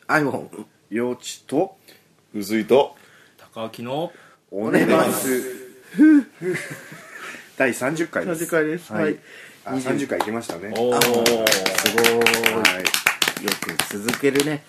iPhone 幼稚と薄いと高明のおねます第30回です。 30回です。 はい。あ、30回いきましたね。 おーすごい、 はい。 よく続けるね。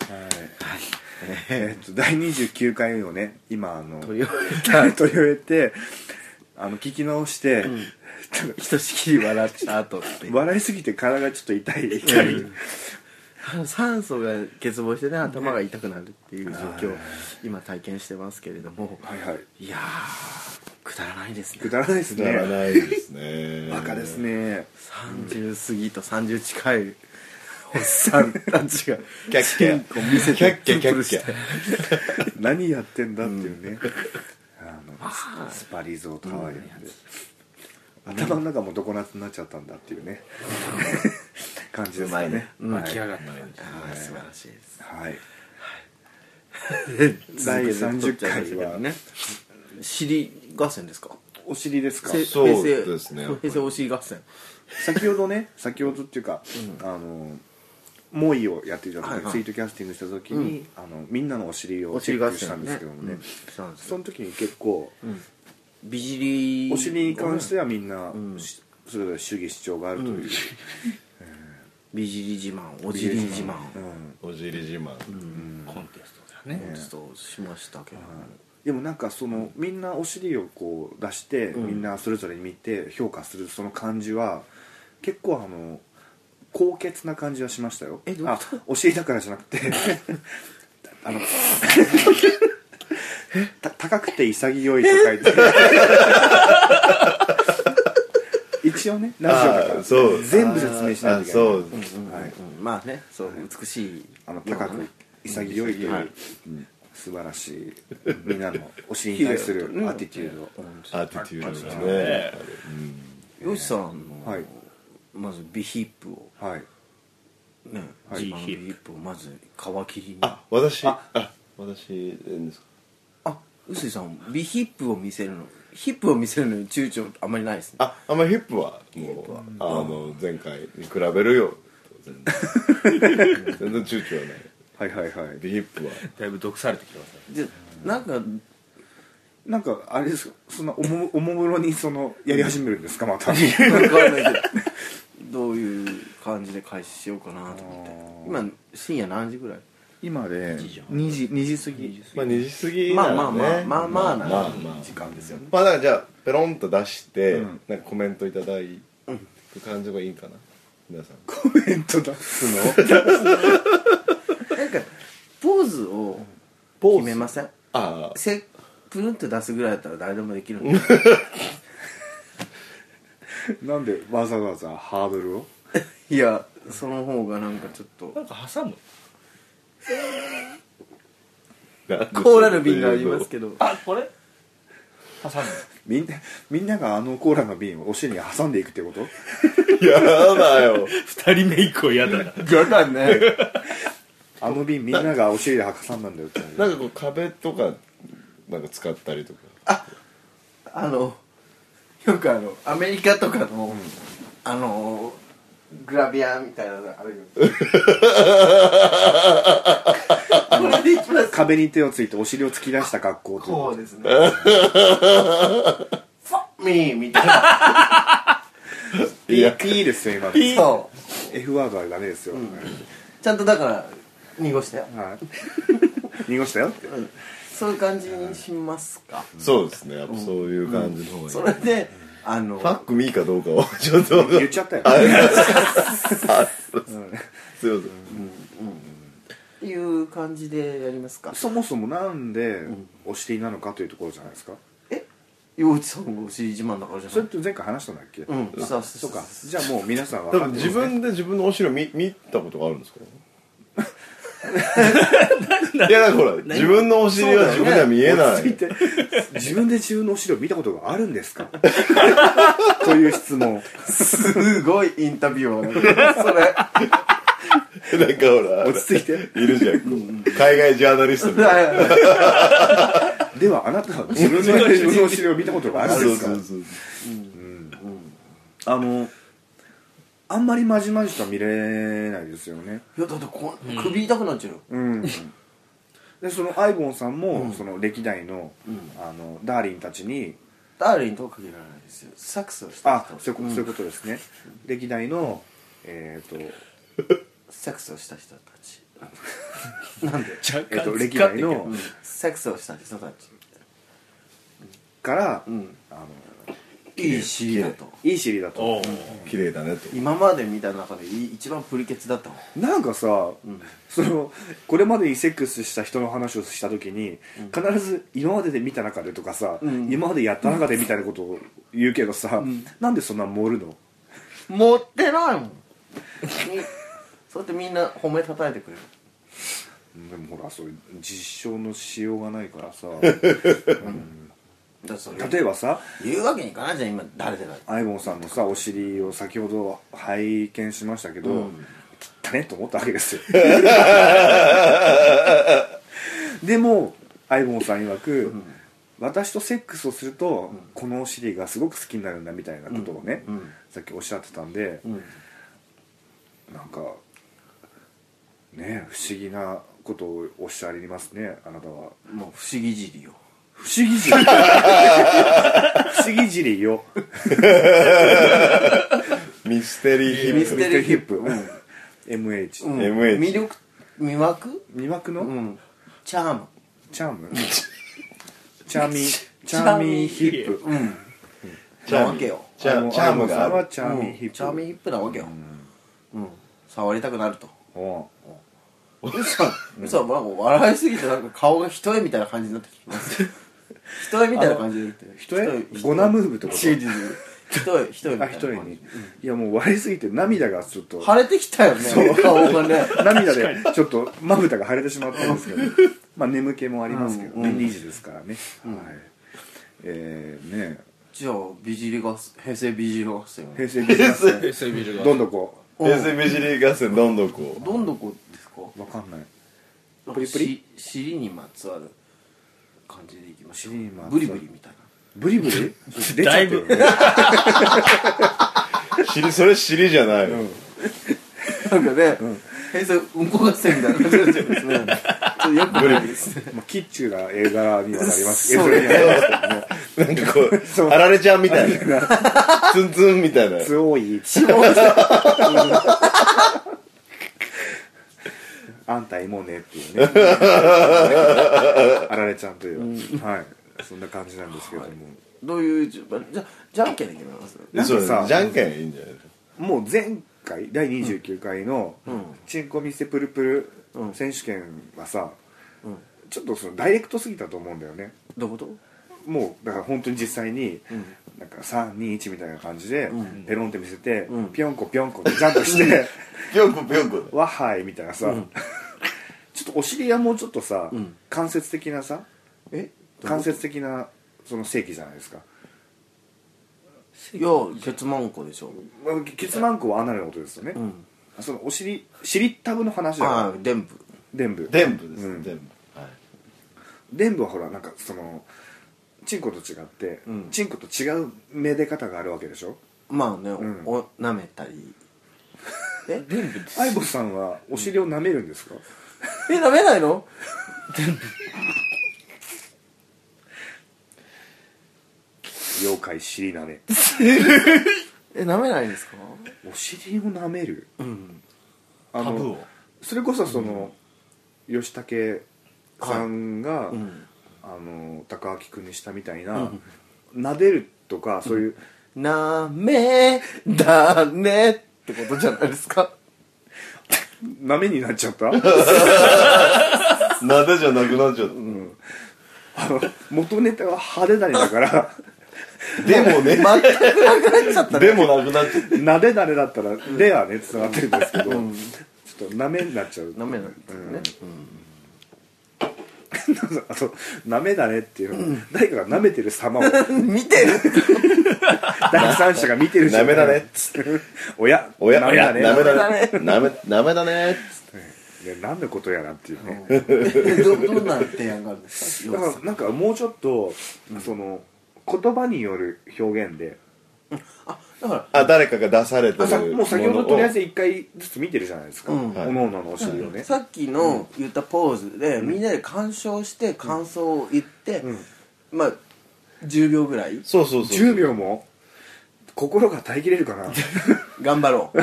第29回をね、今取り終えた取り終えて聞き直して、 ひとしきり笑った後っていう笑いすぎて体がちょっと痛い、 酸素が欠乏してね、頭が痛くなるっていう状況を今体験してますけれども、 はいはい。 いやーくだらないですね。 くだらないですね。 くだらないですね。 バカですね。 30過ぎと30近いおっさんたちがキャッキャチンコ見せてキャッキャプルプルして何やってんだっていうね、スパリゾートハワイで、頭の中も常夏になっちゃったんだっていうね感じですかね。 浮き上がったね。 素晴らしいです。 はい。第30回はね、尻合戦ですか？ お尻ですか？ そうですね。 平成お尻合戦。 先ほどっていうか、モイをやっていた時、ツイートキャスティングした時に、みんなのお尻をチェックしたんですけどもね、その時に結構、 美尻お尻に関してはみんな、それぞれ主義主張があるという、 美尻自慢、お尻自慢、 お尻自慢、 コンテストだよね。 コンテストしましたけど、 でもなんかみんなお尻をこう出して、みんなそれぞれ見て評価するその感じは結構高潔な感じはしましたよ。お尻だからじゃなくて高くて潔いと書いて一応ねラジオだから全部説明しないといけない。 まあね、そう美しい高く潔いという素晴らしいみんなのお尻に対するアティチュードですね。 よしさんのまずビヒップをね、自慢のビヒップをまず皮切りに。 私ですか？ 臼井さんビヒップを見せるのに躊躇あんまりないですね。 あんまりヒップはもう前回に比べるよ全然躊躇はない。ビヒップはだいぶ毒されてきてますね。 なんかあれですか、そんなおもむろにやり始めるんですかまた。 分からないけどどういう感じで開始しようかなと思って。今深夜何時ぐらい？ 今で2時過ぎ。 まあ2時過ぎまあなんでね。 まあな時間ですよね。 まあだからじゃあペロンと出してなんかコメントいただく感じがいいかな皆さん。 コメント出すの？ なんかポーズを決めません？プルンと出すぐらいだったら誰でもできるんでなんでわざわざハードルを？ いや、その方がなんかちょっとなんか挟む。 コーラの瓶がありますけど、 これ挟む。 みんながコーラの瓶をお尻に挟んでいくってこと？ やだよ。 2人目以降嫌だな。 やだね。 瓶みんながお尻で挟んだんだよって。 なんかこう壁とかなんか使ったりとか。 よくアメリカとかのグラビアみたいなのあるよ。これでいきます。 壁に手をついてお尻を突き出した格好と。 そうですね。ファッミーみたいな。 いいですよ今。 そう。 F ワードはダメですよ。 ちゃんとだから濁したよ。 濁したよって。 そういう感じにしますか。 そうですね。やっぱそういう感じの方がいい。 それでファックミーかどうかをちょっと言っちゃったよ。 すいません。 っていう感じでやりますか。 そもそもなんでお尻なのかというところじゃないですか。 陽一さんがお尻自慢だからじゃない？ それって前回話したんだっけ？そうか。じゃあもう皆さんは多分自分で自分のお尻を見たことがあるんですか？いやだからほら自分のお尻は自分では見えない。 自分で自分のお尻を見たことがあるんですか？という質問。 すごいインタビューーそれ。 なんかほら落ち着いているじゃん。海外ジャーナリストみたいな。 ではあなたは自分のお尻を見たことがあるんですか？ あんまりまじまじとは見れないですよね。 いやだって首痛くなっちゃうよ。 うんでそのアイボンさんも、その歴代の、ダーリンたちにダーリンとは限らないですよ。サックスをした人。 そういうことですね。歴代のサックスをした人たちなんで歴代のサックスをした人たちから、 いい尻だと。 いい尻だと。 綺麗だねと。 今まで見た中で一番プリケツだったもん。 なんかさ、これまでにセックスした人の話をした時に、必ず今までで見た中でとかさ、今までやった中でみたいなことを言うけどさ、なんでそんな盛るの？ 持ってないもんそうやってみんな褒めたたえてくれる。 でもほらそれ実証のしようがないからさ、例えばさ言うわけにいかないじゃん今誰でかアイボンさんのさお尻を先ほど拝見しましたけど、汚ねと思ったわけですよでもアイボンさん曰く、私とセックスをすると、このお尻がすごく好きになるんだみたいなことをね、さっきおっしゃってたんで、なんかね不思議なことをおっしゃりますねあなたは。 もう不思議尻よ。 不思議尻不思議尻よミステリーヒップ。 ミステリーヒップ、MH、 魅惑の、 チャームチャーミーヒップなわけよ。 チャームがある。 チャーミーヒップ、 チャーミーヒップなわけよ。触りたくなると。嘘なんか笑いすぎてなんか顔が一重みたいな感じになってきます一重みたいな感じで言って一重ゴナムーブってこと？ 一重みたいな一重に、いやもう割れすぎて涙がちょっと腫れてきたよね顔がね涙でちょっとまぶたが腫れてしまったんですけどまあ眠気もありますけどね、2時ですからね、ねじゃあ美尻合戦平成美尻合戦平成美尻合戦どんどこ平成美尻合戦どんどこですか？ わかんない。 プリプリ尻にまつわる感じでいきましょう。ブリブリみたいな。 ブリブリ出ちゃってる尻、それ尻じゃないの。 なんかね平成うんこ合戦みたいな感じになっちゃいますね。ちょっとよくないですね。 キッチュが映画にはなりますそうね。 なんかこうあられちゃんみたいなツンツンみたいな強いあんた芋ねっていうねあられちゃんというはいそんな感じなんですけども、 どういうじゃんけんで決めます？ なんかさじゃんけんいいんじゃないですか。 もう前回第29回のチンコ見せプルプル選手権はさ、ちょっとそのダイレクトすぎたと思うんだよね。 どういうこと？ もうだから本当に実際になんか321みたいな感じでペロンって見せてピョンコピョンコってジャンプしてピョンコピョンコわはいみたいなさ、ちょっとお尻はもうちょっとさ間接的なさ間接的なその正規じゃないですか。 いやケツマンコでしょ。 ケツマンコはアナルのことですよね。そのお尻タブの話だから。 伝部です伝部はほらなんかそのチンコと違って、チンコと違うめで方があるわけでしょ。 まあね、舐めたり伝部です。 アイボさんはお尻を舐めるんですか？ 舐めないの？ 妖怪尻舐め舐めないんですか？ お尻を舐める？ タブをそれこそその、吉武さんが、高明君にしたみたいな、撫でるとかそういう、 なめだねってことじゃないですか。 なめになっちゃったなでじゃなくなっちゃった、 元ネタは派手だねだからでもね全くなくなっちゃったね。 でもなくなっちゃった。 なでだねだったらではねつながってるんですけど、ちょっとなめになっちゃう。 なめなんですね。 あとなめだねっていうの、誰かがなめてる様を見てる第三者が見てるじゃん。 なめだねおやなめだねなめだねなめだね何のことやらっていうね。 どんな提案があるんですか？ だからなんかもうちょっと、その言葉による表現で、 だから誰かが出されてるもう先ほどとりあえず1回ずつ見てるじゃないですか、おのおののお尻をね、 さっきの言ったポーズでみんなで鑑賞して感想を言って、まあ10秒ぐらい。 そう 10秒も心が耐えきれるかな頑張ろう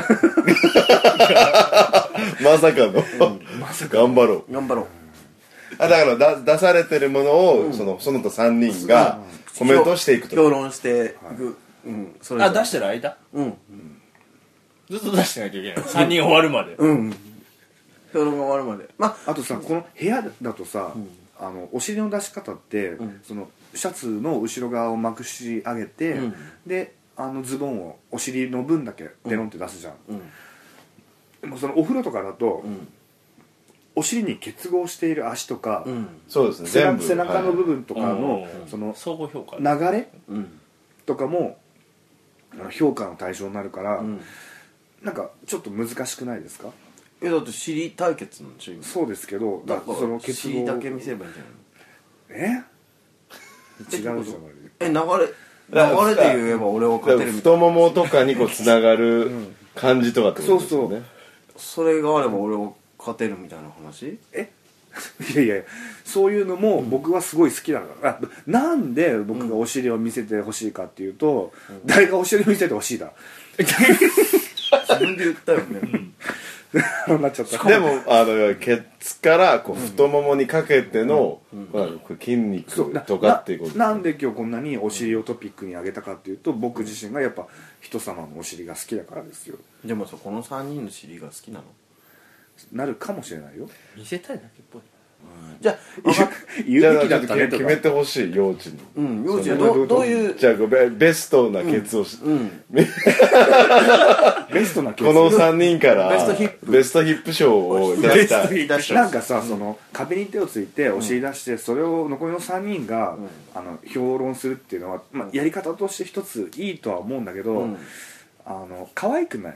まさかの頑張ろうだから出されてるものをその他3人がコメントしていくと、 評論していく、 それ出してる間、ずっと出してなきゃいけない3人終わるまで、 評論が終わるまで。 あとさ、この部屋だとさ、お尻の出し方って、そのシャツの後ろ側をまくし上げて、でズボンをお尻の分だけデロンって出すじゃん、でもそのお風呂とかだと、お尻に結合している足とか、 そうですね、全部背中の部分とかの、その総合評価流れとかも評価の対象になるから、なんかちょっと難しくないですか？ だって尻対決なんでしょ今。 そうですけど、 だからその結合尻だけ見せればいいんじゃないの？ 違うじゃない。 流れで言えば俺は勝てるみたいな。 太ももとかにこうつながる感じとかってことですよね。 それがあれば俺は勝てるみたいな話？ いやそういうのも僕はすごい好きだから、なんで僕がお尻を見せてほしいかっていうと、誰がお尻を見せてほしいだ自分で言ったよねなっちゃった。 でもケツからこう太ももにかけての筋肉とかっていうこと。 なんで今日こんなにお尻をトピックに挙げたかっていうと、僕自身がやっぱ人様のお尻が好きだからですよ。 でもこの3人の尻が好きなの？ なるかもしれないよ。 見せたいだけっぽい。 じゃあ言うべきだったねとか決めてほしい、幼稚に。 幼稚はどういうじゃあベストなケツをベストなケツ、 この3人からベストヒップ賞をいただきたい。 なんかさ、その壁に手をついてお尻出して、それを残りの3人が評論するっていうのは、やり方として一ついいとは思うんだけど、可愛くない。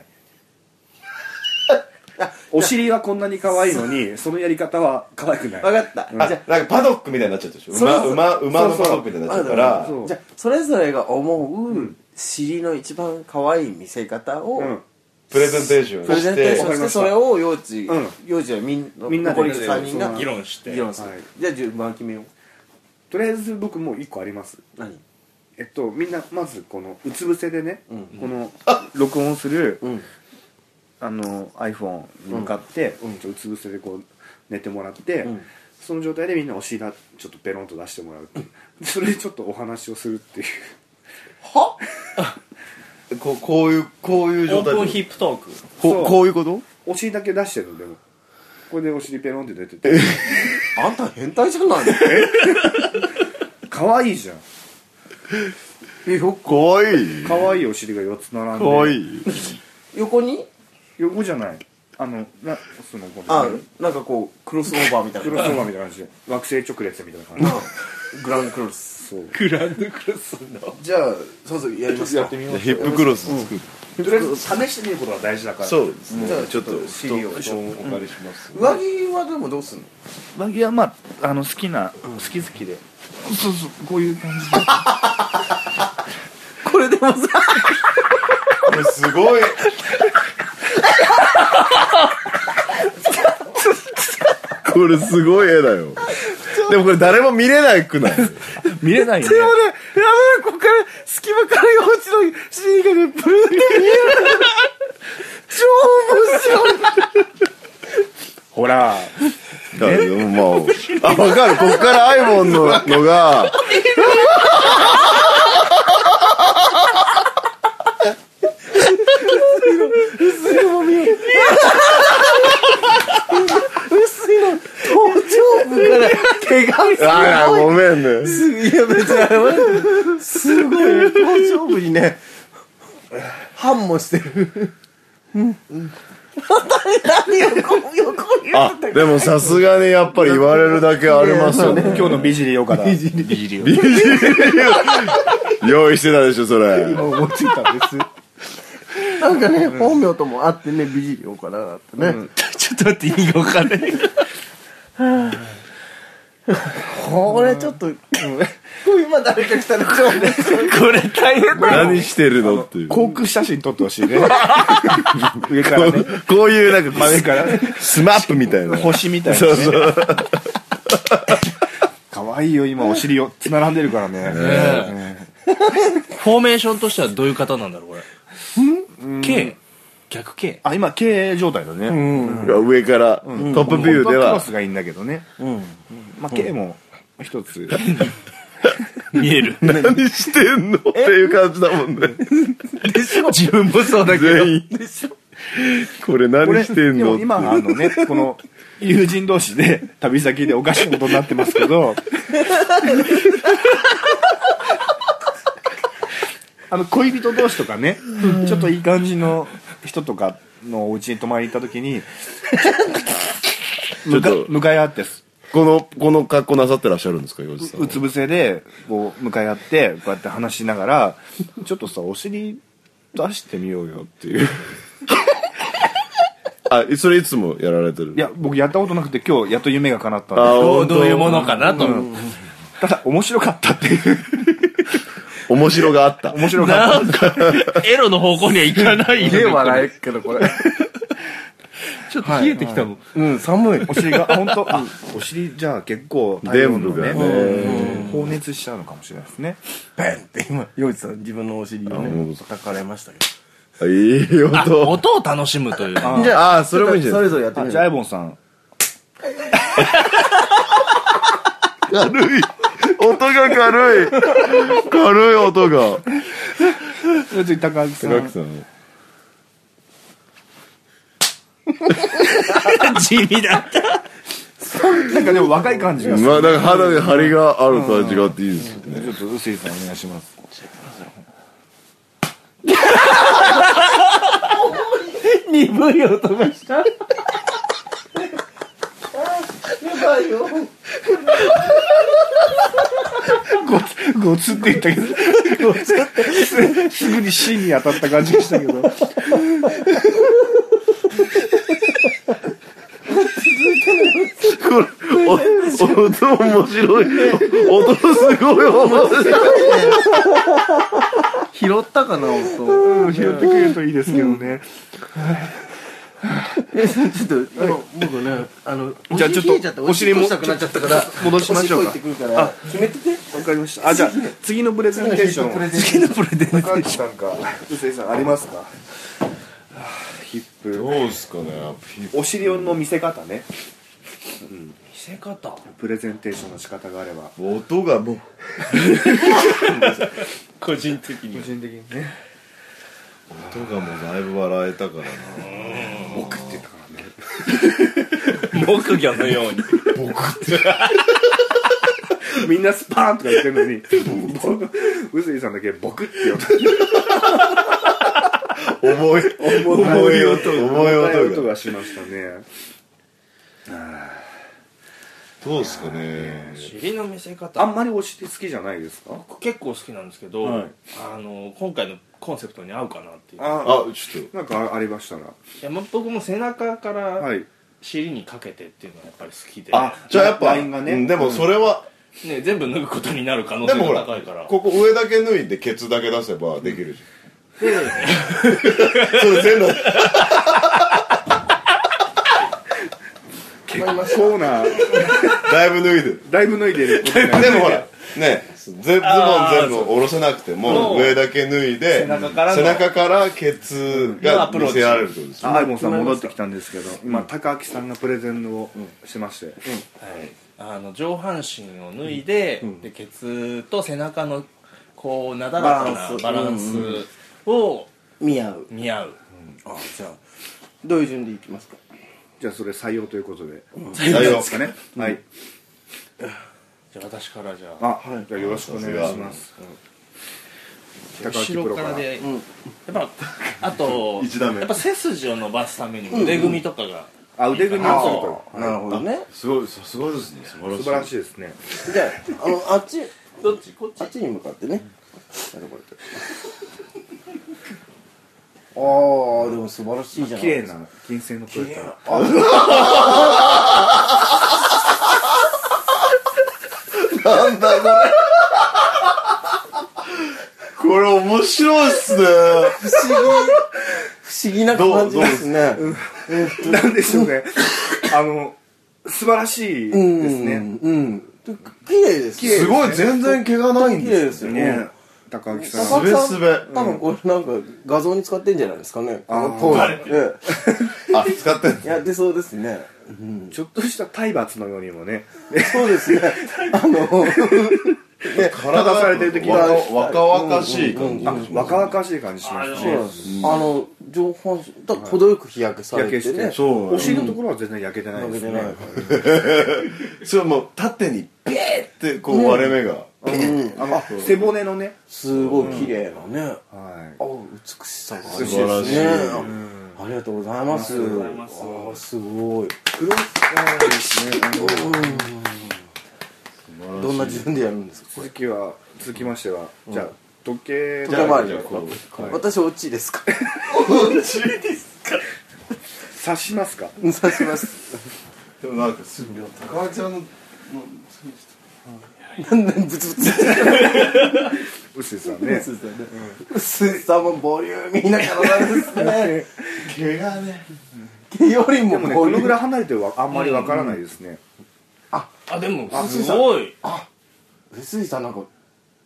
お尻はこんなに可愛いのに、そのやり方は可愛くない。 分かった。 じゃあなんかパドックみたいになっちゃったでしょ。馬のパドックみたいになっちゃうから、 じゃあそれぞれが思う尻の一番可愛い見せ方をプレゼンテーションしてそれを幼稚はみんな残り3人が議論する。 じゃあ順番決めよう。 とりあえず僕もう1個あります。 何？ みんなまずこのうつ伏せでね、この録音するiPhone に向かってうつ伏せでこう寝てもらって、その状態でみんなお尻ちょっとペロンと出してもらうっていう、それでちょっとお話をするっていう。 は？ こういう状態。 オープンヒップトーク。 こういうこと？ お尻だけ出してるの。でもこれでお尻ペロンって出てて、 あんた変態じゃないの？ 可愛いじゃん。可愛いお尻が4つ並んで。 可愛い。 横じゃない。なんかこうクロスオーバーみたいな感じで、惑星直列みたいな感じ。 グランドクロス。 グランドクロスの。 じゃあそうやりますか。 やってみよう。 ヒップクロス作る。 とりあえず試してみることが大事だから。 そうですね。 じゃあちょっと尻をお借りします。 上着はでもどうすんの？ 上着は好き好きで。そうこういう感じで。 これでもさ、 これすごい。これすごい絵だよ。でもこれ誰も見れないくない？ 見れないね。 でもね、やばい、ここから隙間から幼稚の尻がね、ブルーって見える。超面白い。 ほら。 もう分かる。こっから iPhone のが薄いの頭頂部から毛がすごい。 ごめんね。 いや別にすごい頭頂部にね反もしてる。何横にでもさすがにやっぱり言われるだけありますよね。 今日の美尻よかだ。美尻用意してたでしょそれ。 今思いついたんです。なんかね、本名ともあってね、美尻よかなってね。 ちょっと待って、意味が分かんない。 これちょっと、今誰か来たら超面白い。 これ大変だよ。 何してるのっていう。 航空写真撮ってほしいね。上からね。 こういうなんか上からスマップみたいな。 星みたいな、ね。そうそう。かわいいよ、今お尻4つ並んでるからね。 フォーメーションとしてはどういう方なんだろう、これ。K？逆 K？ あ、今 K 状態だね。 上からトップビューでは。 クロスがいいんだけどね。まあ K も一つ。 見える。 何してんのっていう感じだもんね。 でしょ？自分もそうだけど。 でしょ？これ何してんのって。 今ね、この友人同士で旅先でおかしなことになってますけど、恋人同士とかね、ちょっといい感じの人とかのお家に泊まりに行った時に向かい合ってこの格好なさってらっしゃるんですか、洋治さん。 うつ伏せでこう向かい合ってこうやって話しながら、ちょっとさお尻出してみようよっていう。 あ、それいつもやられてる？ いや、僕やったことなくて今日やっと夢が叶ったんで。どういうものかなと。 ただ面白かったっていう。 面白があった。 面白かった。 なんかエロの方向にはいかないよね。 絵はないけどこれ。 ちょっと冷えてきたもん。 うん、寒い。 お尻が本当、お尻じゃあ結構全部がね、 放熱しちゃうのかもしれないですね。 ペンって今洋一さん自分のお尻をね叩かれましたけど。 いい音。 音を楽しむという。 じゃあそれもいいじゃん。 それぞれやってみる。 じゃあアイボンさん。 軽い。音が軽い。軽い音が。 次高木さん。 高木さん。 地味だった。 なんかでも若い感じがする。 まあなんか肌に張りがある感じがあっていいですよね。 ちょっと臼井さんお願いします。 鈍い音がした。やばいよ。 ゴツって言ったけど、ゴツってすぐに芯に当たった感じがしたけど。 これ音面白い。音すごい面白い。 拾ったかな音。 拾ってくれるといいですけどね。 ちょっと僕ねじゃあちょっとお尻もしたくなっちゃったから戻しましょうか。 決めてて。 わかりました。あ、じゃあ次のプレゼンテーション。 次のプレゼンテーション。 高木さんか臼井さんありますか？ヒップ。 どうですかね。 お尻の見せ方ね。 見せ方。 プレゼンテーションの仕方があれば。 音がもう個人的にね。 音がもうだいぶ笑えたからな。 僕って言ったからね。 木魚のように。 僕ってみんなスパーンとか言ってるのに、臼井さんだけ僕って言った。重い音がしましたね。 どうですかね。 尻の見せ方。 あんまりお尻好きじゃないですか？ 結構好きなんですけど、今回のコンセプトに合うかなっていう。 ちょっとなんかありましたら。いや、僕も背中から尻にかけてっていうのがやっぱり好きで。 じゃあやっぱラインがね。 でもそれはね、全部脱ぐことになる可能性が高いから。 ここ上だけ脱いでケツだけ出せばできるじゃん。それ全部。 結構なだいぶ脱いでる。 だいぶ脱いでる。 でもほらね、ズボン全部下ろせなくても上だけ脱いで背中からケツが見せられるってことですね。 アイボンさん戻ってきたんですけど、今高木さんがプレゼンをしまして、 上半身を脱いで、でケツと背中のこうなだらかなバランスを見合う。 じゃあどういう順でいきますか？ じゃあそれ採用ということで。 採用ですかね。はい。 じゃあ私からじゃあ、じゃあよろしくお願いします。 後ろからで、やっぱあとやっぱ背筋を伸ばすために腕組みとかが、 腕組みをすると、なるほどね。 すごいですね。 素晴らしいですね。 じゃああっちどっちこっちあっちに向かってね。ああでも素晴らしいじゃない。 綺麗な金星のプレート。 なんだこれ面白いっすね。 不思議な感じですね。 なんでしょうね。素晴らしいですね。 綺麗です。 すごい、全然毛がないんですよね。 高木さん。 すべすべ。 多分これなんか画像に使ってんじゃないですかね。 あ、使ってんの？ やってそうですね。 ちょっとした体罰のようにもね。 そうですね。 体されてる時は若々しい感じ。 若々しい感じしますね。 上半身程よく日焼けされてね。 お尻のところは全然焼けてないですね。 それはもう縦にビーってこう割れ目が。 背骨のね、 すごい綺麗なね。美しさがありますね。ありがとうございます。すごい。どんな自分でやるんですか。 続きましては、じゃあ時計回りですか。私オチですか。 オチですか。 刺しますか。 刺します。 でもなんか高橋ちゃんのなんでブツブツ。 臼井さんね。 臼井さんもボリューミーな体ですね。 毛がね。 毛よりもでもね、このぐらい離れてあんまりわからないですね。 でもすごい。 臼井さんなんか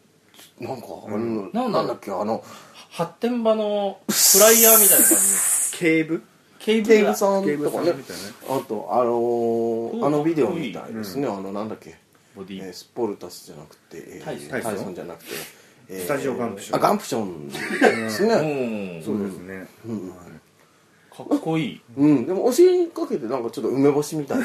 なんだっけ発展場のフライヤーみたいな感じ。 警部さんとかね。あとあのビデオみたいですね。なんだっけ。スポルタスじゃなくてタイソンじゃなくてスタジオガンプション。 ガンプションですね。 そうですね。 かっこいい。 でもお尻にかけてなんかちょっと梅干しみたいな。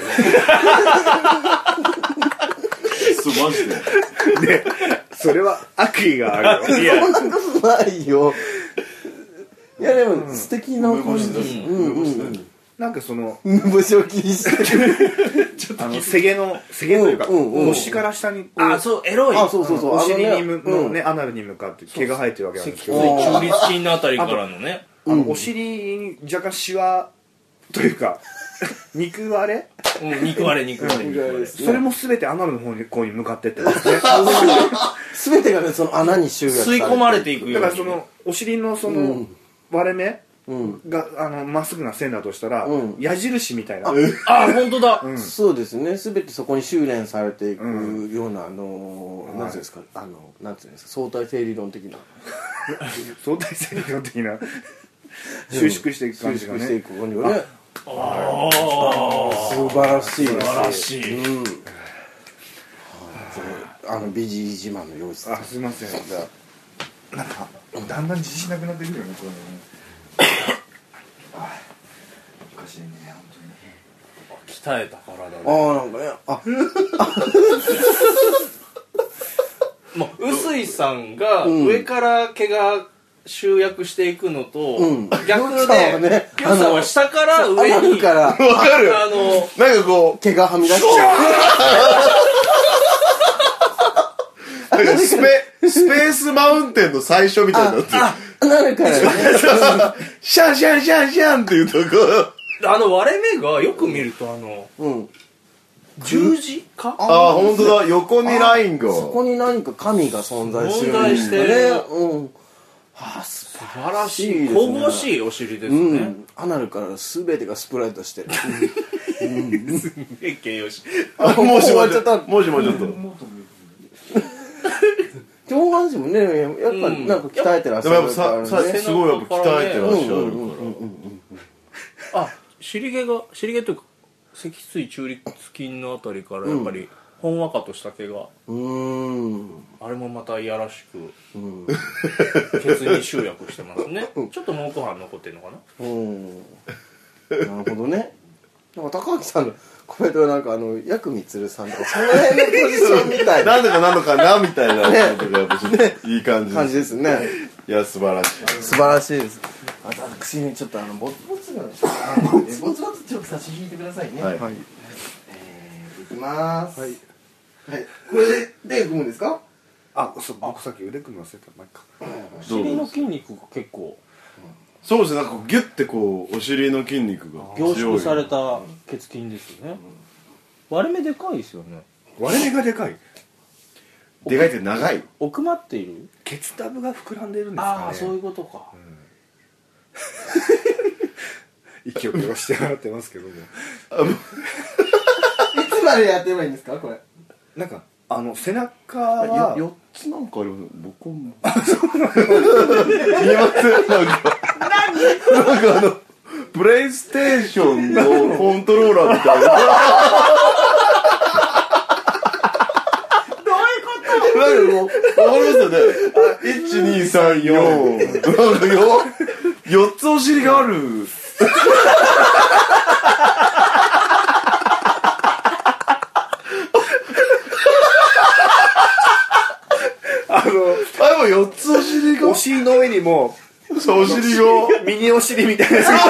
マジで。 それは悪意があるよ。 いやそんなことないよ。いやでも素敵な感じです。 なんかその梅干しを気にしてる。 セゲというか腰から下にそうエロい。 お尻のねアナルに向かって毛が生えてるわけなんですけど、 中立筋のあたりからのね。 お尻に若干シワというか肉割れ。 肉割れ。 それも全てアナルの方に向かってってますね。 全てがねその穴に集約されて吸い込まれていくように。 だからそのお尻のその割れ目がまっすぐな線だとしたら矢印みたいな。 本当だ。 そうですね。全てそこに修練されていくようななんていうんですかなんていうんですか相対性理論的な相対性理論的な収縮していく感じがね。 収縮していく感じがね。素晴らしい。 素晴らしい。 BG自慢の様子。 すいません。なんかだんだん自信なくなってくるよねこれね。おかしいね本当に。 鍛えた体で。 なんかね。 もう臼井さんが上から毛が集約していくのと逆でピョさんは下から上に。 わかる。なんかこう毛がはみ出してなんかスペースマウンテンの最初みたいになってる。 なるからね。 シャンシャンシャンシャンっていうとこ。 割れ目がよく見ると十字か。 本当だ。横にラインが。 そこに何か神が存在してる。 存在してる。 素晴らしい。神々しいお尻ですね。 アナルから全てがスプライトしてる。 すげえ形容詞。 もうしもうちょっと。 上半身もねやっぱなんか鍛えてらっしゃるからね。 すごいやっぱ鍛えてらっしゃるから。 尻毛というか脊椎中立筋のあたりからやっぱりほんわかとした毛があれもまたいやらしくケツに集約してますね。ちょっと毛根残ってるのかな。 なるほどね。なんか高木さんのコメントがなんかヤクミツルさんとかその辺のポジションみたいななんだかなんのかなみたいなねいい感じですね。 いや素晴らしい。 素晴らしいです。私にちょっとボツボツちょっと差し引いてくださいね。はい。いきます。はい。これで組むんですか？ 僕さっき腕組み忘れた。まあ尻の筋肉が結構。 そうですね。なんかギュッてこうお尻の筋肉が凝縮された血筋ですよね。割れ目でかいですよね。 割れ目がでかい。 でかいって長い。 奥まっている。 ケツタブが膨らんでるんですかね。 ああ、そういうことか。 息を殺してもらってますけども。いつまでやってればいいんですかこれ。 なんか背中は 4つなんかある。僕も見えません。なんかプレイステーションのコントローラーみたいな。なんかもう、わかりますよね。1、2、3、4。なんか4つお尻がある。も4つお尻が。 お尻の上にも、 そう、お尻が。 ミニお尻みたいなやつが。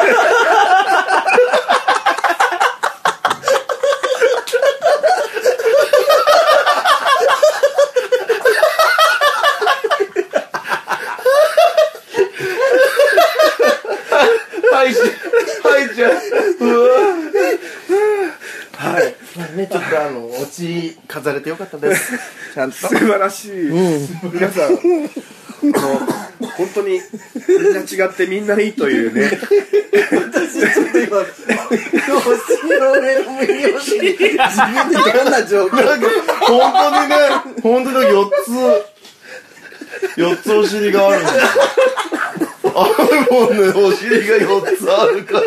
はいじゃはいね、ちょっとオチ飾れてよかったです。ちゃんと素晴らしい。皆さん本当にみんな違ってみんないいというね。 私ちょっと今お尻の上のミニお尻自分でどんな状況。 なんか本当に4つお尻があるんですよ。あるもんね、お尻が4つあるから。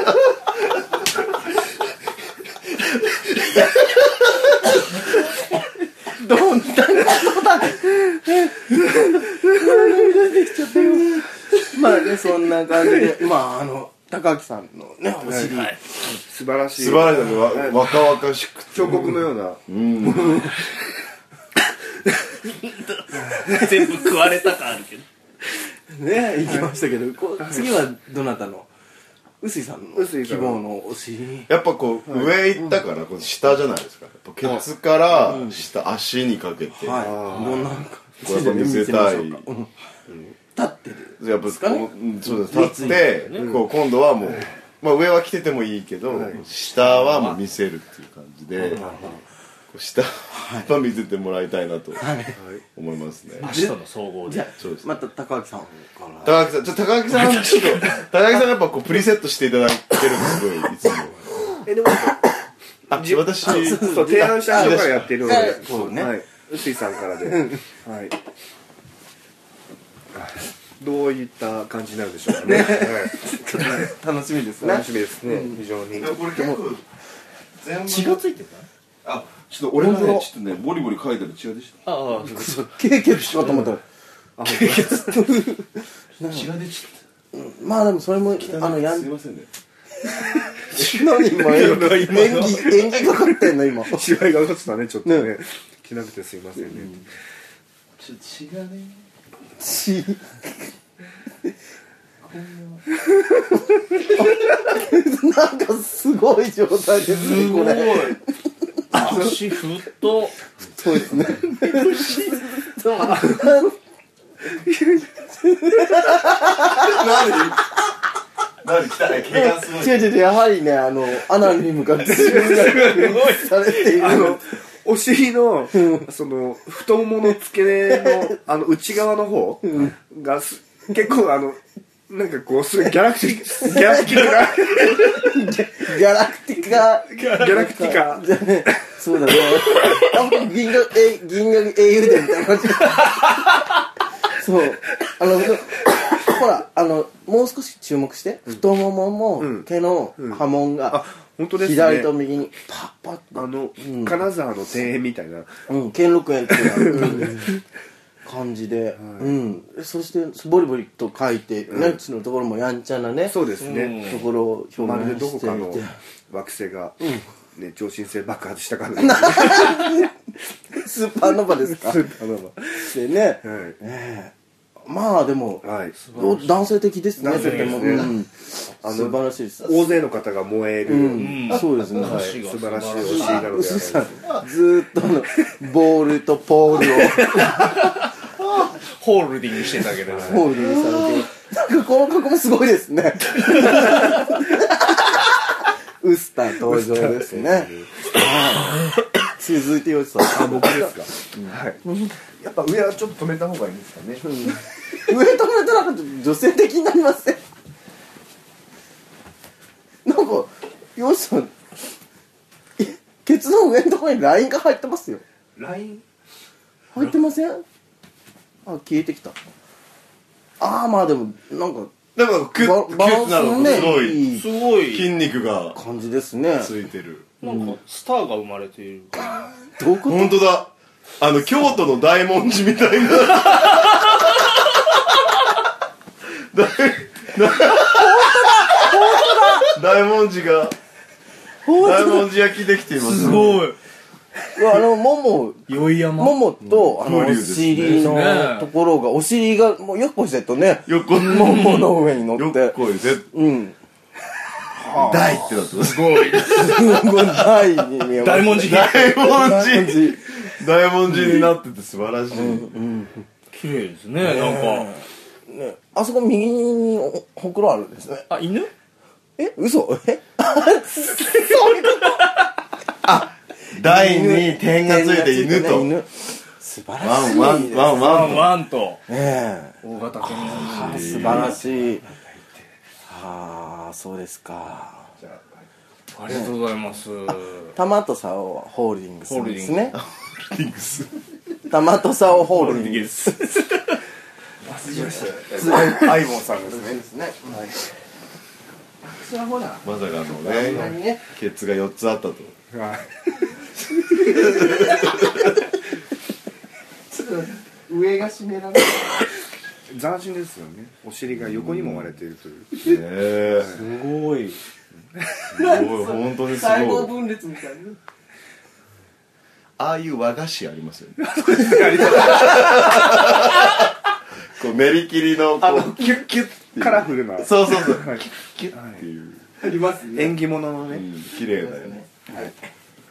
どんなことだ。まあね、そんな感じで、まあ高木さんのね、お尻、はい、 素晴らしい。 素晴らしいね、若々しく彫刻のような。 全部食われた感あるけど。 ね、行きましたけど、次はどなたの？臼井さんの希望のお尻。 やっぱこう上行ったからこう下じゃないですか。ケツから下、足にかけて、 どんなこうやっぱ見せたい。 立ってる。 やっぱそうです。立ってこう今度はもう、まあ上は着ててもいいけど、下はもう見せるっていう感じで。下は見せてもらいたいなと思いますね。 明日の総合で。 じゃあまた高木さんから高木さんちょっと高木さんやっぱこうプリセットしていただいてるんですごいいつも。 でも私そう提案した人からやってるので、 そうね、 臼井さんからで、はい。どういった感じになるでしょうかね。 ちょっと楽しみですね。 楽しみですね。非常に。 これ結構血がついてた。 あ、ちょっと俺がね、ちょっとね、ボリボリ書いてる血がでした。 ああ、 経血しようと思ったら経血血が出ちゃった。 まあでもそれもすいませんね。 何今演技かかってんの今。 芝居がかってたね、ちょっとね。着なくてすいませんね。 ちょっと血がね。 血。なんかすごい状態ですねこれ。 足太そうですね。 何来たね、毛がすごい。 違うやはりねアナルに向かって自分がされている。 お尻のその太ももの付け根の内側の方が結構なんかこうすごいギャラクティカそうだね。銀河英雄伝みたいな感じ。そうほらもう少し注目して太ももも毛の波紋が左と右にパッパッ金沢の庭園みたいな兼六園っていう感じで、そしてボリボリと書いてナッツのところもやんちゃなね、 そうですね、 ところを表まるで現していて、 どこかの惑星がね超新星爆発した感じ。 スーパーノヴァですか。 スーパーノヴでね、まあでも男性的ですね。とても素晴らしいです。 大勢の方が燃える、 そうですね。 素晴らしいお尻なので、 ずーっとボールとポールをホールディングしてたけど、 ホールディングされて、なんかこの格好もすごいですね。ウスター登場ですね。続いてよしさん。 僕ですか。 はい、やっぱ上はちょっと止めた方がいいんですかね、 上止めたら女性的になりません？なんかよしさんケツの上のところにラインが入ってますよ。 ライン入ってません？あ、消えてきた。ああ、まあでもなんかキュッなのね、 すごい筋肉が感じですね。 ついてる。 なんかスターが生まれている。 どういうこと？ 本当だ。京都の大文字みたいな。大文字が大文字焼きできています。 すごい。 ももとお尻のところが、お尻がもうよっこいせとね、ももの上に乗って、 よっこいせ、大ってなってます。 すごい。 大に見えます。 大文字になってて素晴らしい。 綺麗ですね。なんかね、あそこ右にほくろあるんですね。 あ、犬？ 嘘？そういうこと？ あ、台に点がついて犬と。 素晴らしい。 ワンと。 大型犬。 素晴らしい。ああ、そうですか。 ありがとうございます。 タマトサオホールディングスですね。 ホールディングス。 タマトサオホールディングス。 忘れました。アイボンさんですね。 それはほら。 まさかのね、ケツが4つあったと。 ちょっと上が締められる。 斬新ですよね。お尻が横にも割れているという。 すごい。 本当にすごい。 細胞分裂みたいな。 ああいう和菓子ありますよね。こう練り切りのキュッキュッカラフルな。 そうキュッキュッっていう。 ありますね。 縁起物のね。 綺麗だよね。 はい。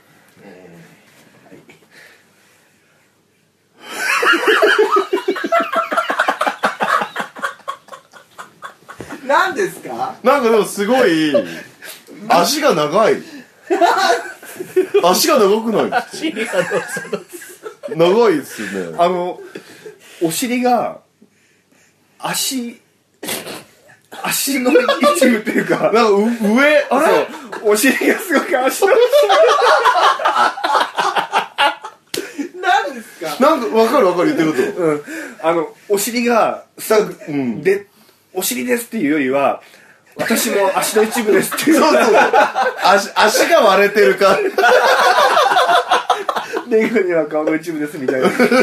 何ですか？ なんかでもすごい足が長い。足が長くないですか？長いですよね。 お尻が足の一部っていうか、 なんか上、 お尻がすごく足の何ですか？ なんか分かる言ってること。 お尻がで、お尻ですっていうよりは、私も足の一部ですっていう。 そう足が割れてるか。 ネグには顔の一部ですみたいな。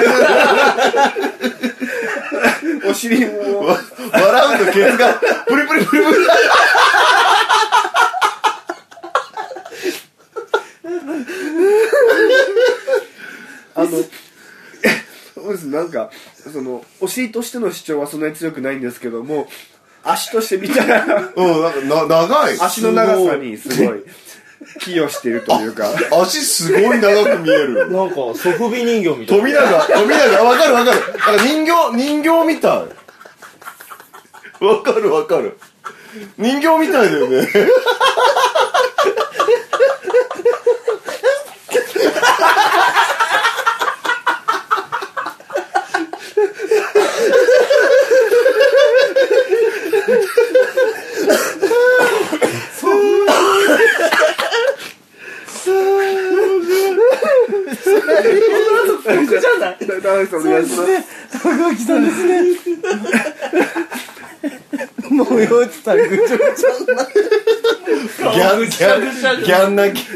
お尻も笑うとケツがプリプリ。 なんかお尻としての主張はそんなに強くないんですけども、足として見たらなんか長い。 足の長さにすごい寄与しているというか、 足すごい長く見える。 なんかソフビ人形みたいな。 富永わかる。なんか人形みたい。わかる。人形みたいだよね。 僕じゃない。 お願いします。 高木さんですね。もうよっちさんぐちゃぐちゃになってギャンなき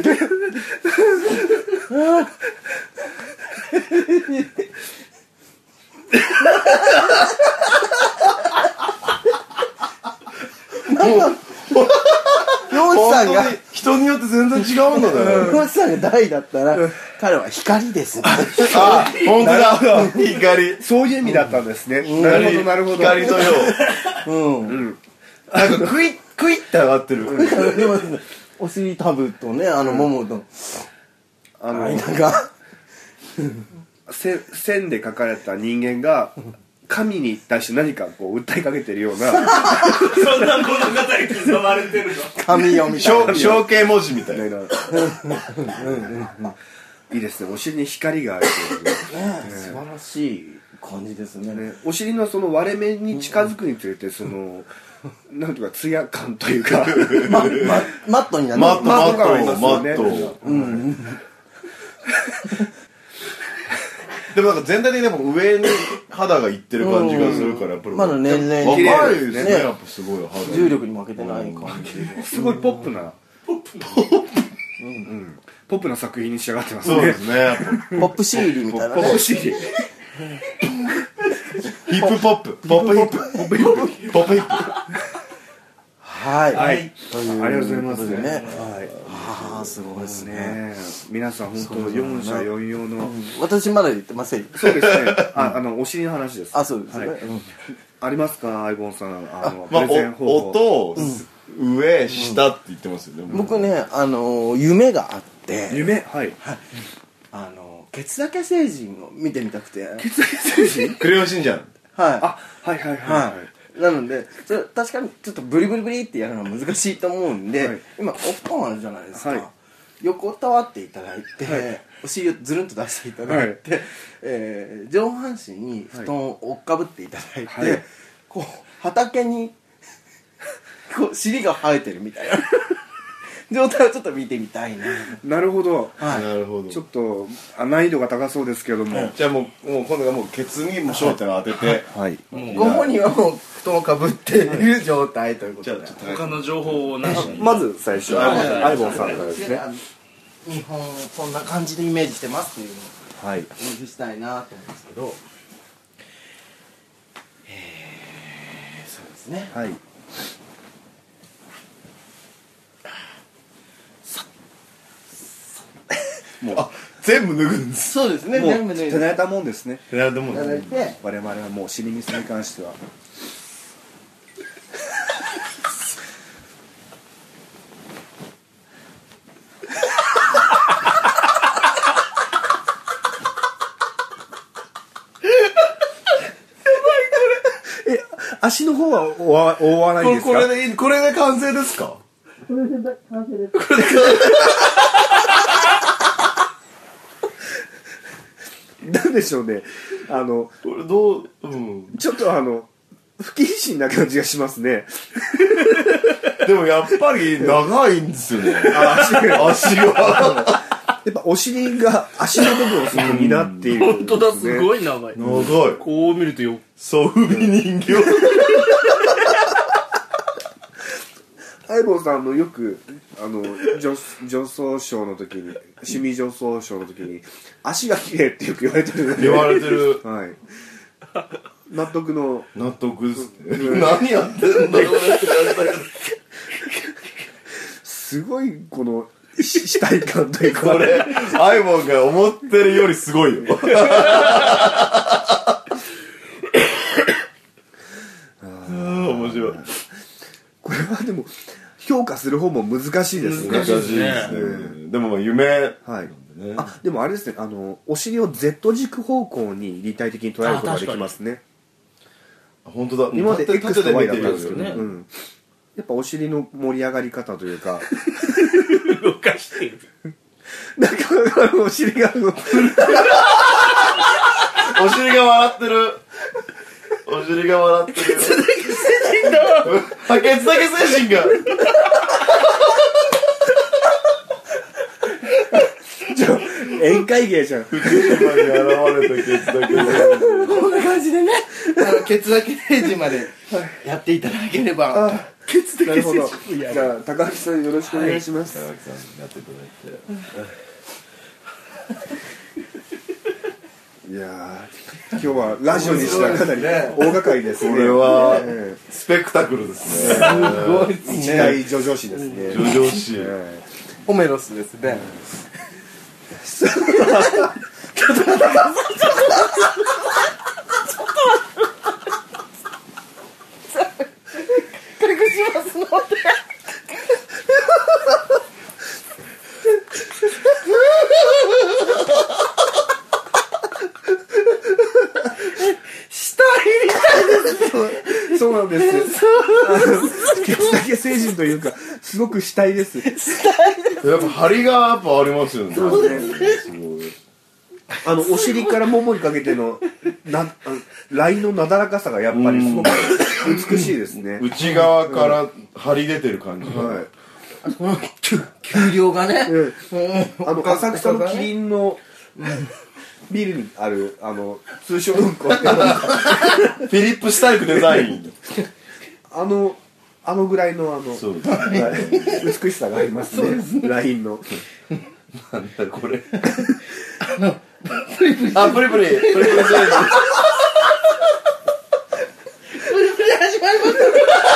よっちさんが人によって全然違うんだね。 よっちさんが大だったら彼は光です。 あ、本当だ。光。 そういう意味だったんですね。なるほど。 光のよう。なんかクイって上がってる。 お尻タブとね、ももと間が線で描かれた人間が神に対して何かこう訴えかけてるようなそんな物語刻まれてるの。 神読みたいな象形文字みたいな。 いいですね、お尻に光があるという素晴らしい感じですね。 お尻のその割れ目に近づくにつれてそのなんとかツヤ感というかマットになってマットでもなんか全体的にやっぱ上に肌がいってる感じがするからやっぱりまだ年々 若いですね、やっぱすごい肌重力に負けてない感じすごいポップなポップな作品に仕上がってますね。 そうですね。 ポップシーリーみたいなね。 ポップシーリーヒップポップポップヒップポップヒップはい、 はい、ありがとうございますね。 はい、 ああすごいですね。 皆さん本当4者4様の私まだ言ってません。 そうですね。お尻の話です。 あ、そうですね。 ありますか、アイボンさん。 まあ音上下って言ってますよね。 僕ね夢があって夢はいケツだけ星人を見てみたくて。 ケツだけ星人クレヨンしんちゃん。 はいはいはいなのでそれ確かにちょっとブリブリブリってやるのは難しいと思うんで、今お布団あるじゃないですか、横たわっていただいて、お尻をずるんと出していただいて、上半身に布団を追っかぶっていただいて、こう畑にこう尻が生えてるみたいな状態をちょっと見てみたいな。 なるほど。 なるほど。 ちょっと難易度が高そうですけども、 じゃあもう今度はもうケツにも焦点を当てて、 ご本人はもう布団をかぶっている状態ということで。 他の情報をなしに。 まず最初アイボンさんからですね。 日本こんな感じでイメージしてますっていうのをはいイメージしたいなと思うんですけど、そうですね。 はい。 もう全部脱ぐんです。 そうですね。 もう全部で手慣れたもんですね。 手慣れたもんいただいて、 我々はもう尻水に関しては足の方は覆わないんですか。 これで完成ですか。 これで完成です。 なんでしょうね。 これどう、 ちょっと不謹慎な感じがしますね。 でもやっぱり長いんですよね。足が。 やっぱお尻が足の部分をすごく担っている、 本当だ、すごい長い。 長い。 こう見るとソフビ人形。 アイボンさんよく女装ショーの時に趣味女装ショーの時に足が綺麗ってよく言われてるので、 言われてる。 はい。納得ですね。何やってんだろうねって感じだけど。 すごいこの死体感というか、 これアイボンが思ってるよりすごいよ。面白い。 これはでも評価する方も難しいですね。 難しいですね。でも夢、 はい。でもあれですね、お尻を Z 軸方向に立体的に捉えることができますね。 本当だ。 今まで X と Y だったんですけどね。 やっぱお尻の盛り上がり方というか動かしてる。 なんかお尻がお尻が笑ってる。お尻が笑ってる。ケツだけ精神だ。ケツだけ精神が。 宴会芸じゃん。 福島に現れたケツだけ。 こんな感じでね、ケツだけ星人までやっていただければ。 ケツだけ精神。じゃあ高橋さんよろしくお願いします。 高木さんやっていただいて。 いや今日はラジオにしてはかなり大掛かりですね。 これはスペクタクルですね。 すごいですね。 一大叙々詩ですね。 叙々詩。 ホメロスですね。軽くしますので。 そうなんです。ケツだけ成人というかすごく死体です。 やっぱ張りがやっぱありますよね。 そうですね。 すごい。 お尻からももにかけてのラインのなだらかさがやっぱりすごく美しいですね。 内側から張り出てる感じが、 この給料がね、 浅草のキリンのビルにある通称うんこってフィリップ・スタイクデザインあのぐらいのそう美しさがありますね、ラインの。 なんだこれプリプリあプリプリプリプリプリプリプリ始まりましたね。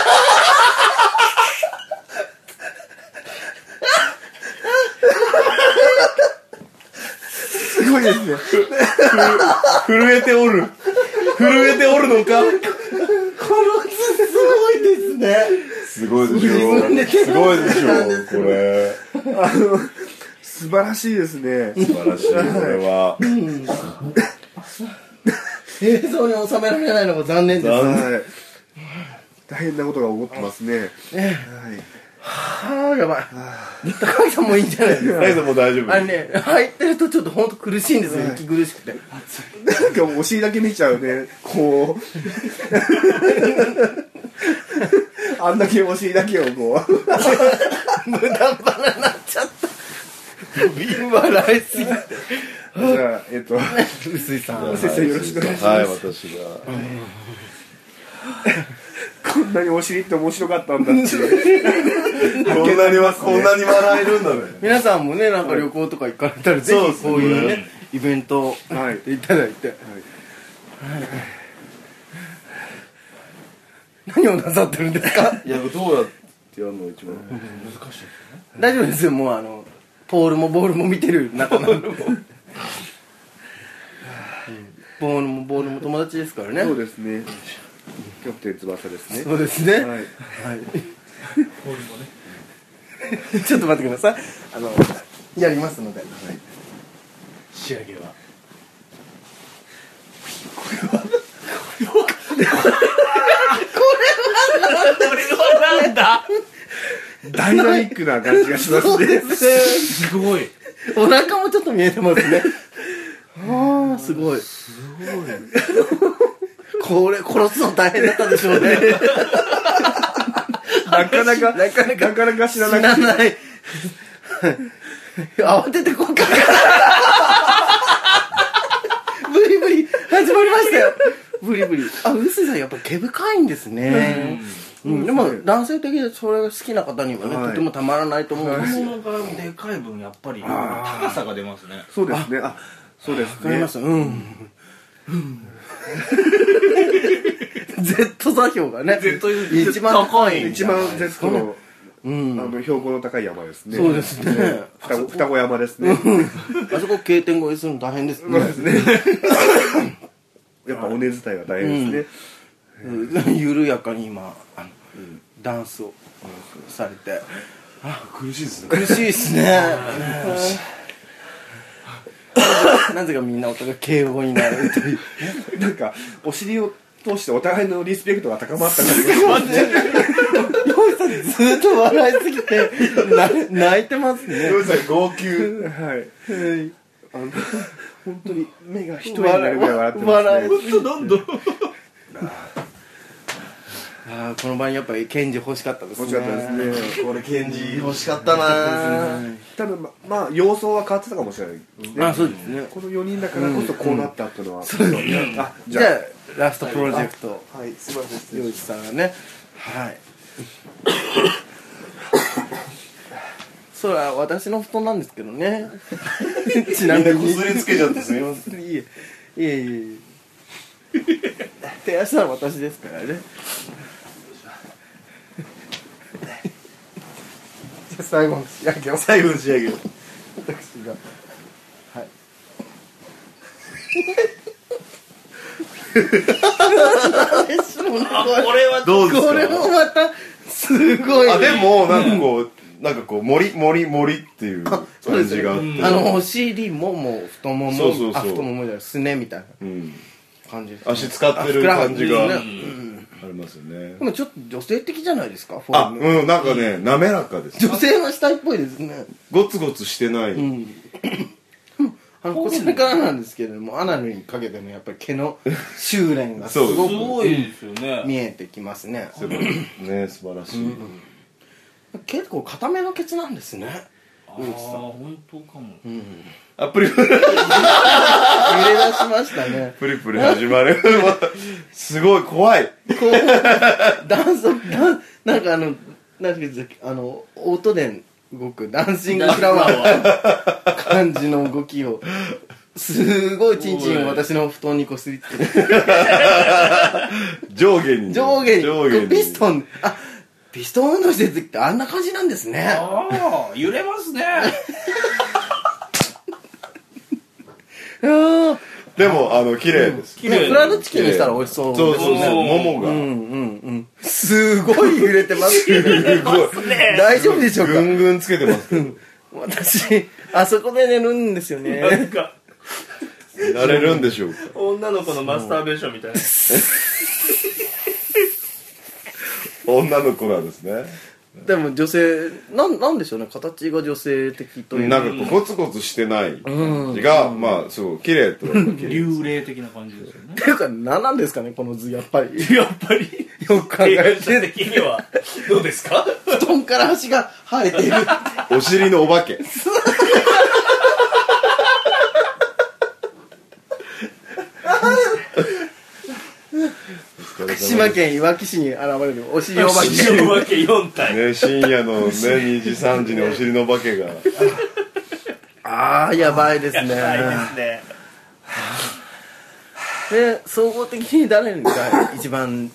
すごいですね。 震えておるのか。 この図すごいですね。 すごいでしょ。すごいでしょこれ。 素晴らしいですね。 素晴らしいこれは。 映像に収められないのが残念です。 大変なことが起こってますね。 はあ、やばい。高木さんもいいんじゃないですか。 大丈夫もう大丈夫。 あれね、入ってるとちょっと本当苦しいんですよ、息苦しくて。 なんかお尻だけ見ちゃうね。こうあんだけお尻だけをこう無駄話になっちゃった。笑いすぎて。 じゃあ臼井さんよろしくお願いします。 はい、私が。 こんなにお尻って面白かったんだって。 こんなに笑えるんだね。 皆さんもね、なんか旅行とか行かれたら、ぜひこういうね、イベントをやっていただいて。何をなさってるんですか？ いや、どうやってやるのが一番難しい。 大丈夫ですよ、もうポールもボールも見てる仲間。ボールもボールも友達ですからね。 そうですね。キャプテン翼ですね。 そうですね。はい。ちょっと待ってください。やりますので。仕上げは。これはなんだ。 ダイナミックな感じがしますね。 すごい。お腹もちょっと見えてますね。ああ、すごい。これ殺すの大変だったでしょうね。 なかなか知らない。 慌ててこうか。ブリブリ始まりましたよ。ブリブリ。臼井さんやっぱ毛深いんですね。でも男性的でそれが好きな方にはね、とてもたまらないと思うんですよ。 物がでかい分やっぱり高さが出ますね。 そうですね。そうですね。 わかります。Z 座標がね、一番高い。 一番 Z の標高の高い山ですね。 そうですね。 双子山ですね。 あそこ経点越えするの大変ですね。 そうですね。やっぱ尾根伝いが大変ですね。緩やかに今ダンスをされて。 苦しいですね。 苦しいですね。なぜかみんなお互い敬語になるという。 なんかお尻を通してお互いのリスペクトが高まった感じがしますね。ヨウさんずっと笑いすぎて泣いてますね。 ヨウさん号泣。 はい。本当に目が一重になるぐらい笑ってますね。 笑い。本当なんだ。この場にやっぱりケンジ欲しかったですね。 欲しかったですね。 これケンジ欲しかったな。 ただまあ様相は変わってたかもしれないですね。 そうですね。 この4人だからこそこうなったっていうのは。 じゃあラストプロジェクト。 はい、すみません。 洋一さんがね。はい。それは私の布団なんですけどね。 ちなみにこすりつけちゃってすみません。 いえ。手足は私ですからね。じゃあ最後の仕上げを。 私が。はい。 これはどうですか。 これもまたすごい。 でもなんかこう森っていう感じがあって、 お尻ももう太もも、太ももじゃないすねみたいな感じです。 足使ってる感じがありますよね。 でもちょっと女性的じゃないですか。 なんかね滑らかです。 女性の死体っぽいですね。 ゴツゴツしてない。 こちらからなんですけれども、アナルにかけてのやっぱり毛の修練がすごくすごいですよね。 見えてきますね。 すごいね、素晴らしい。 結構固めのケツなんですね。 ああ、本当かも。 あ、プリプリ揺れ出しましたね。 プリプリ始まる。すごい怖い。 こうなんかなんていうんですか、オートで動くダンシングフラワーの感じの動きを、すごいチンチンを私の布団にこすりつけて上下にピストン運動してる時ってあんな感じなんですね。 ああ、揺れますね。 でも綺麗です。 フライドチキンにしたら美味しそうですね。 ももがすごい揺れてますけど大丈夫でしょうか。 ぐんぐんつけてますけど。 私あそこで寝るんですよね。 なんかなれるんでしょうか。 女の子のマスターベーションみたいな。 女の子なんですね。 でも女性なんでしょうね、形が女性的というなんかゴツゴツしてない感じが、まあそう綺麗と幽霊的な感じですよね。 っていうか何なんですかね、この図。やっぱりやっぱりよく考えて的にはどうですか。 布団から足が生えているお尻のお化け。 福島県いわき市に現れるお尻お化け。 お化け4体。 ね、深夜のね2時3時にお尻のお化けが。 ああ、やばいですね。 やばいですね。 で、総合的に誰が一番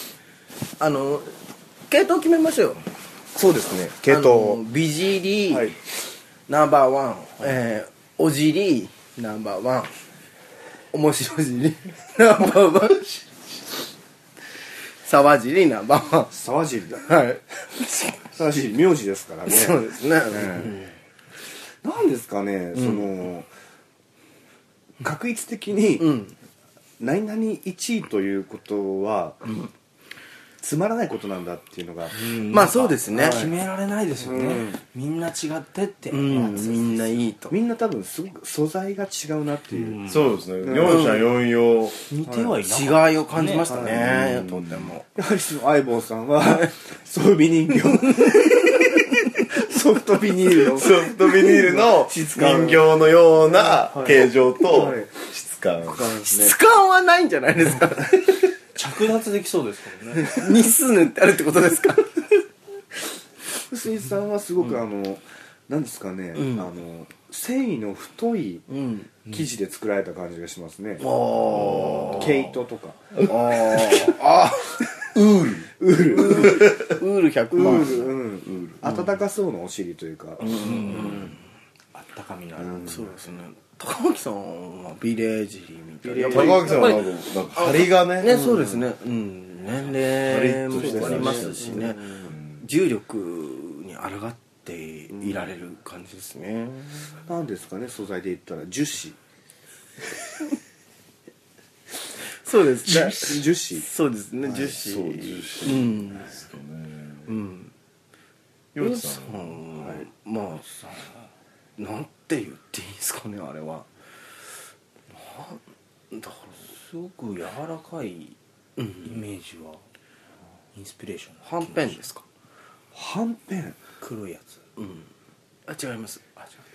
系統決めましょうよ。 そうですね、系統。 美尻、 はい、 ナンバーワン、お尻ナンバーワン、面白尻ナンバーワン、沢尻ナンバーワン。 沢尻だ。 はい。 沢尻名字ですからね。 そうですね。 なんですかね、確率的に、何々1位ということは、つまらないことなんだっていうのが、 まあそうですね。 決められないですよね。みんな違ってってやつ。 みんないいと。 みんな多分すごく素材が違うなっていう。 そうですね。四者四様。 似てはいな違いを感じましたね。とても。 やはりその相棒さんは装備人形。ソフトビニールの人形のような形状と質感。 質感はないんじゃないですか。 着脱できそうですからね。 ニス塗ってあるってことですか。 臼井さんはすごくなんですかね、繊維の太い生地で作られた感じがしますね。毛糸とか。 ウール100%。 暖かそうなお尻というか。 あったかみのある。 そうですね。高巻さんはビレージみたいな。 高垣さんはなんか張りがね。 ね、そうですね。年齢もありますしね。重力に抗っていられる感じですね。 なんですかね、素材で言ったら樹脂。 そうですね。 樹脂。 そうですね、樹脂。 そう、樹脂ですかね。ようさんはまあなんて言っていいんですかね、あれは。だからすごく柔らかいイメージはインスピレーション。 はんぺんですか。 はんぺん。 黒いやつ。 あ、違います。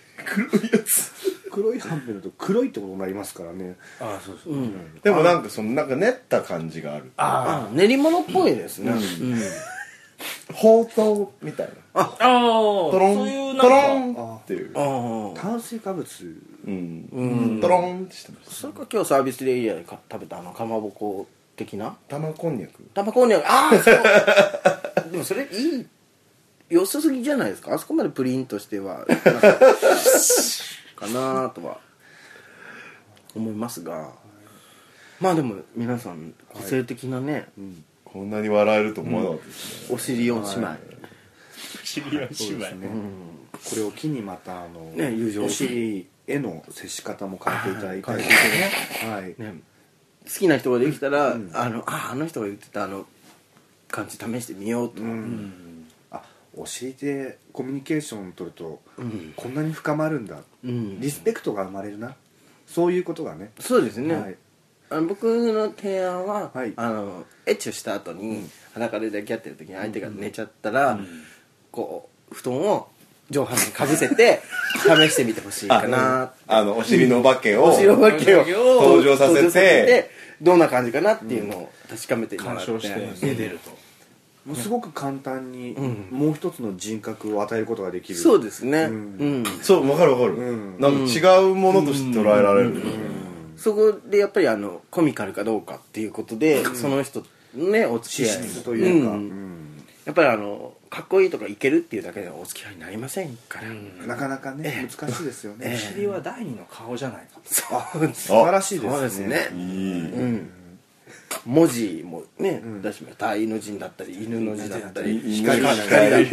黒いはんぺんだと黒いってことになりますからね。 ああ、そうそう。 でもなんかなんか練った感じがある。 練り物っぽいですね。 ほうとうみたいな。 ああ、 トロそういうントなんかロンっていう。 炭水化物。 トロンってしてました。 それか今日サービスエリアで食べたかまぼこ的な玉こんにゃく。 玉こんにゃく。ああ、そうでもそれいい良さすぎじゃないですか。あそこまでプリンとしてはかなとは思いますが、まあでも皆さん個性的なね、 こんなに笑えると思わなかったですね。 お尻4姉妹、 シリア姉妹ね。 これを機にまたね、友情お尻への接し方も変えていただいて、はい、 ね、好きな人ができたら、あの人が言ってた感じ試してみようと。 お尻でコミュニケーションを取ると、こんなに深まるんだ、リスペクトが生まれるな、 そういうことがね。 そうですね、 はい、 僕の提案は、 はい、 エッチをした後に、裸で抱き合ってる時に相手が寝ちゃったら、こう布団を上半身かぶせて試してみてほしいかな。 お尻のお化けを登場させてどんな感じかなっていうのを確かめてもらって鑑賞して寝てると、 もうすごく簡単にもう一つの人格を与えることができる。 そうですね、 そう分かる分かる、なんか違うものとして捉えられる、 そこでやっぱりコミカルかどうかっていうことで、その人ねお付き合いというか、 やっぱりかっこいいとかいけるっていうだけではお付き合いになりませんから、 なかなかね難しいですよね。 お尻は第二の顔じゃないかと。 素晴らしいですね。 そうですね。文字もね、出しました愛の字だったり犬の字だったり光だったり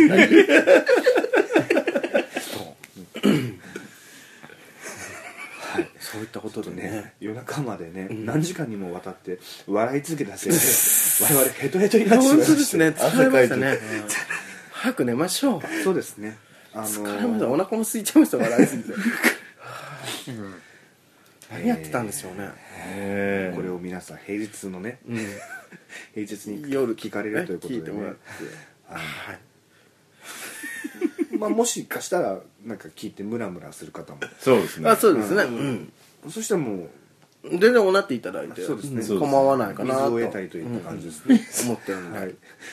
そういったことでね、 夜中までね、何時間にもわたって笑い続けたせいで我々ヘトヘトになってしまいました。 本当ですね、疲れましたね。早く寝ましょう。 そうですね、 疲れました。お腹も空いちゃいました、笑いすぎて。何やってたんでしょうね。 これを皆さん平日のね、平日に夜聞かれるということでね、まあもしかしたらなんか聞いてムラムラする方もそうですね、 そうですね、 そしたらもう全然おなっていただいて構わないかなと水を得たいといった感じですね、 思ってるので、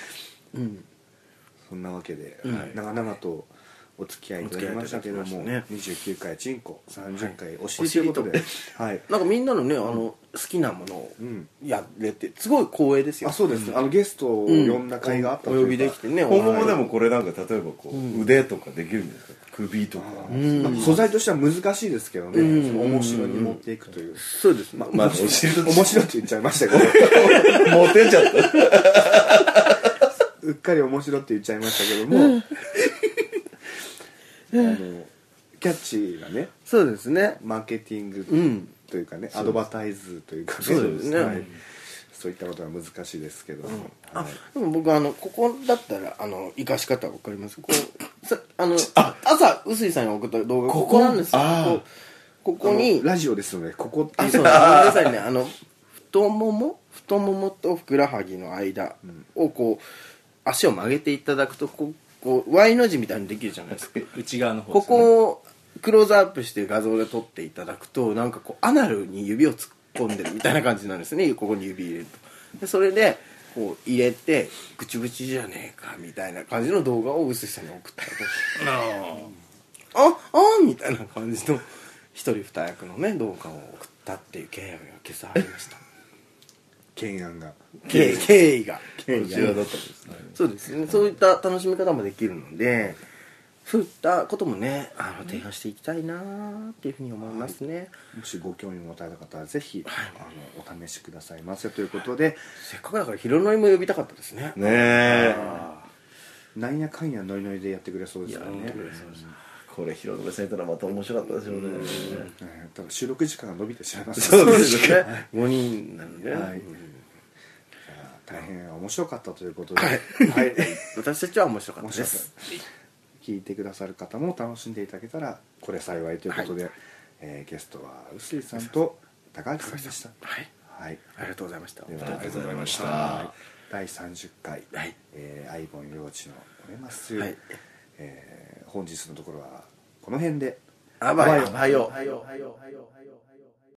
そんなわけで長々とお付き合いいただきましたけども、29回チンコ30回お尻ということで、 なんかみんなのね好きなものをやれてすごい光栄ですよ。 そうです、ゲストを呼んだ会があったというか、 お呼びできてね、 今後もでもこれなんか例えばこう腕とかできるんですか、首とか、 素材としては難しいですけどね、面白に持っていくという。 そうですね、 まあお尻と面白って言っちゃいましたけどモテちゃったうっかり面白って言っちゃいましたけどもキャッチーなね、 そうですね、 マーケティングというかね、アドバタイズというか、 そうですね、 そういったことは難しいですけども、 でも僕ここだったら生かし方わかります。こう朝臼井さんに送った動画ここなんですよ。ここにラジオですのでここっていう、 そうごめんなさいね、太ももとふくらはぎの間をこう足を曲げていただくとこう Y の字みたいにできるじゃないですか。 内側の方こですね。 こをクローズアップして画像で撮っていただくとなんかこうアナルに指を突っ込んでるみたいな感じなんですね。ここに指入れると、でそれでこう入れてブチブチじゃねえかみたいな感じの動画を臼井さんに送ったらみたいな感じの一人二役のね動画を送ったっていう経緯が今朝ありました。 懸案が経緯がそうですね、そういった楽しみ方もできるので、そういったこともね提案していきたいなっていうふうに思いますね。 もしご興味を持たれた方はぜひお試しくださいませということで、 せっかくだからヒロノイも呼びたかったですね。 なんやかんやノリノリでやってくれそうですよね。 これヒロノイさんいたらまた面白かったですよね。 ただ収録時間が伸びてしまいます。 そうですね、5人なので、 大変面白かったということで、 私たちは面白かったです。 聞いてくださる方も楽しんでいただけたらこれ幸いということで、ゲストは臼井さんと高橋さんでした。ありがとうございました。 ありがとうございました。 第30回アイボン幼稚のおれます。本日のところはこの辺で。 あばよ。